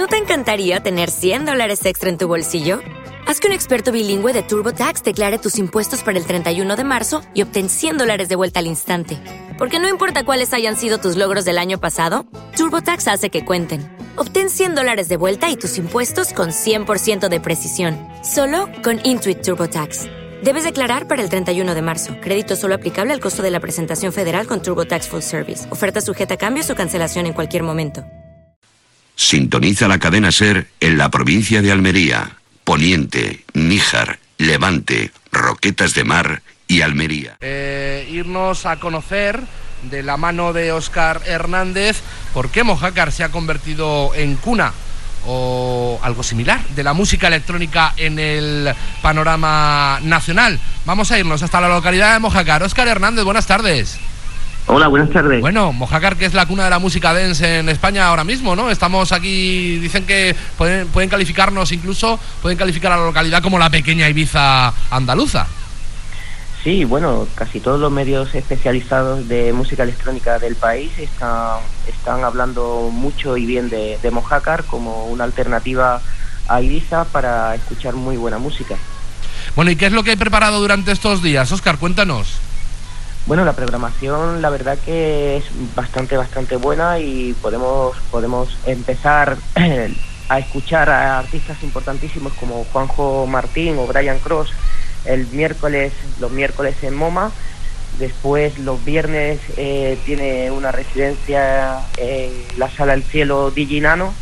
¿No te encantaría tener $100 extra en tu bolsillo? Haz que un experto bilingüe de TurboTax declare tus impuestos para el 31 de marzo y obtén $100 de vuelta al instante. Porque no importa cuáles hayan sido tus logros del año pasado, TurboTax hace que cuenten. Obtén $100 de vuelta y tus impuestos con 100% de precisión. Solo con Intuit TurboTax. Debes declarar para el 31 de marzo. Crédito solo aplicable al costo de la presentación federal con TurboTax Full Service. Oferta sujeta a cambios o cancelación en cualquier momento. Sintoniza la cadena SER en la provincia de Almería, Poniente, Níjar, Levante, Roquetas de Mar y Almería. Irnos a conocer de la mano de Óscar Hernández por qué Mojácar se ha convertido en cuna o algo similar de la música electrónica en el panorama nacional. Vamos a irnos hasta la localidad de Mojácar. Óscar Hernández, buenas tardes. Hola, buenas tardes. Bueno, Mojácar, que es la cuna de la música dance en España ahora mismo, ¿no? Estamos aquí, dicen que pueden calificarnos incluso, pueden calificar a la localidad como la pequeña Ibiza andaluza. Sí, bueno, casi todos los medios especializados de música electrónica del país están hablando mucho y bien de Mojácar como una alternativa a Ibiza para escuchar muy buena música. Bueno, ¿y qué es lo que he preparado durante estos días? Óscar, cuéntanos. Bueno, la programación la verdad que es bastante buena y podemos empezar a escuchar a artistas importantísimos como Juanjo Martín o Brian Cross los miércoles en MoMA. Después los viernes tiene una residencia en la Sala El Cielo DJ Nano,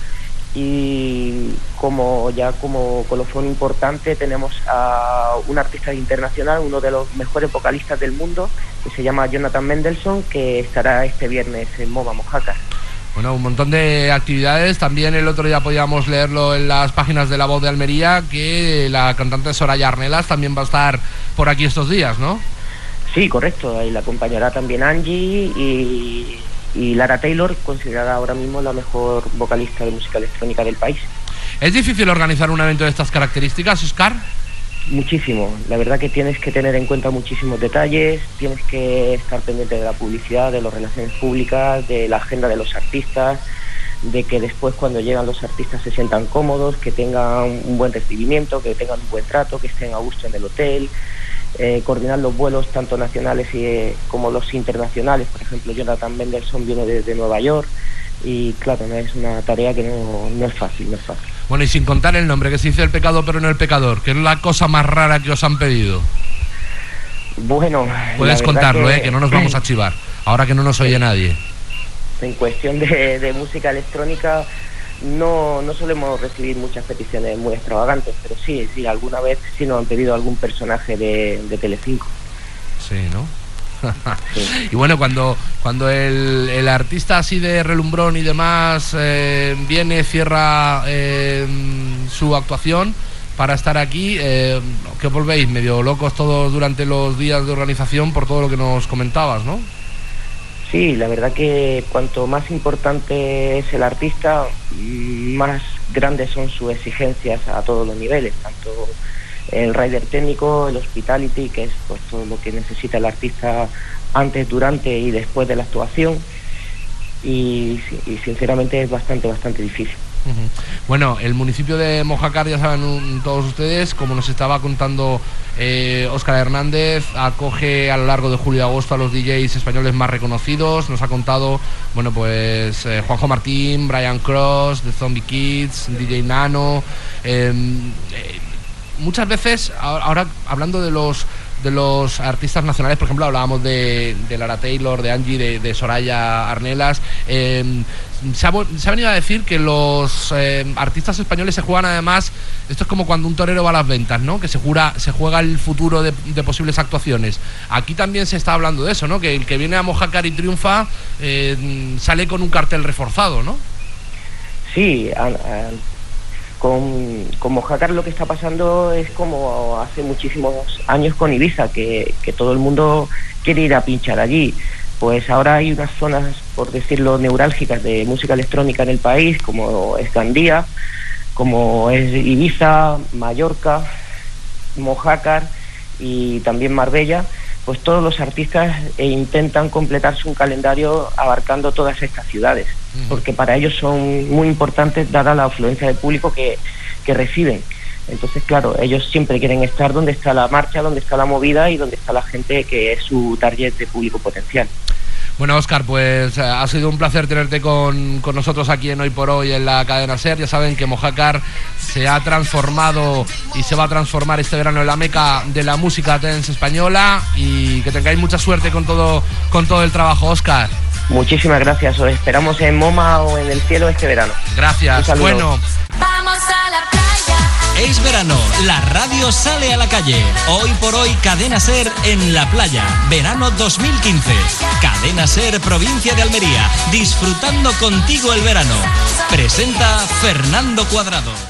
y como colofón importante tenemos a un artista internacional, uno de los mejores vocalistas del mundo, que se llama Jonathan Mendelssohn, que estará este viernes en MoMA Mojácar. Bueno, un montón de actividades. También el otro día podíamos leerlo en las páginas de La Voz de Almería, que la cantante Soraya Arnelas también va a estar por aquí estos días, ¿no? Sí, correcto. Ahí la acompañará también Angie y Lara Taylor, considerada ahora mismo la mejor vocalista de música electrónica del país. ¿Es difícil organizar un evento de estas características, Óscar? Muchísimo. La verdad que tienes que tener en cuenta muchísimos detalles, tienes que estar pendiente de la publicidad, de las relaciones públicas, de la agenda de los artistas, de que después cuando llegan los artistas se sientan cómodos, que tengan un buen recibimiento, que tengan un buen trato, que estén a gusto en el hotel, coordinar los vuelos tanto nacionales como los internacionales. Por ejemplo, Jonathan Mendelssohn viene desde Nueva York y claro, no es una tarea que no es fácil. Bueno, y sin contar el nombre, que se dice el pecado pero no el pecador, que es la cosa más rara que os han pedido. Bueno, puedes contarlo, que no nos vamos a chivar, ahora que no nos oye nadie. En cuestión de música electrónica no solemos recibir muchas peticiones muy extravagantes, pero sí, alguna vez sí nos han pedido algún personaje de Telecinco. Sí, ¿no? Sí. Y bueno, cuando el artista así de relumbrón y demás viene, cierra su actuación para estar aquí, que volvéis medio locos todos durante los días de organización por todo lo que nos comentabas, ¿no? Sí, la verdad que cuanto más importante es el artista, más grandes son sus exigencias a todos los niveles, tanto el rider técnico, el hospitality, que es pues todo lo que necesita el artista antes, durante y después de la actuación, y sinceramente es bastante difícil. Bueno, el municipio de Mojácar, ya saben todos ustedes, como nos estaba contando Óscar Hernández, acoge a lo largo de julio y agosto a los DJs españoles más reconocidos. Nos ha contado, bueno, pues Juanjo Martín, Brian Cross, The Zombie Kids, DJ Nano. Muchas veces, ahora hablando de los artistas nacionales, por ejemplo, hablábamos de Lara Taylor, de Angie, de Soraya Arnelas. Se ha venido a decir que los artistas españoles se juegan, además, esto es como cuando un torero va a las ventas, ¿no? Que se juega el futuro de posibles actuaciones. Aquí también se está hablando de eso, ¿no? Que el que viene a Mojácar y triunfa sale con un cartel reforzado, ¿no? Sí, con Mojácar lo que está pasando es como hace muchísimos años con Ibiza, que todo el mundo quiere ir a pinchar allí. Pues ahora hay unas zonas, por decirlo, neurálgicas de música electrónica en el país, como es Gandía, como es Ibiza, Mallorca, Mojácar y también Marbella, pues todos los artistas intentan completar su calendario abarcando todas estas ciudades, porque para ellos son muy importantes dada la afluencia de público que reciben. Entonces, claro, ellos siempre quieren estar donde está la marcha, donde está la movida y donde está la gente que es su target de público potencial. Bueno, Óscar, pues ha sido un placer tenerte con nosotros aquí en Hoy por Hoy en la cadena SER. Ya saben que Mojácar se ha transformado y se va a transformar este verano en la meca de la música dance española, y que tengáis mucha suerte con todo el trabajo, Óscar. Muchísimas gracias, os esperamos en MoMA o en el cielo este verano. Gracias, bueno. Vamos a la playa. Es verano, la radio sale a la calle. Hoy por Hoy, Cadena SER en la playa. Verano 2015. Cadena SER, provincia de Almería. Disfrutando contigo el verano. Presenta Fernando Cuadrado.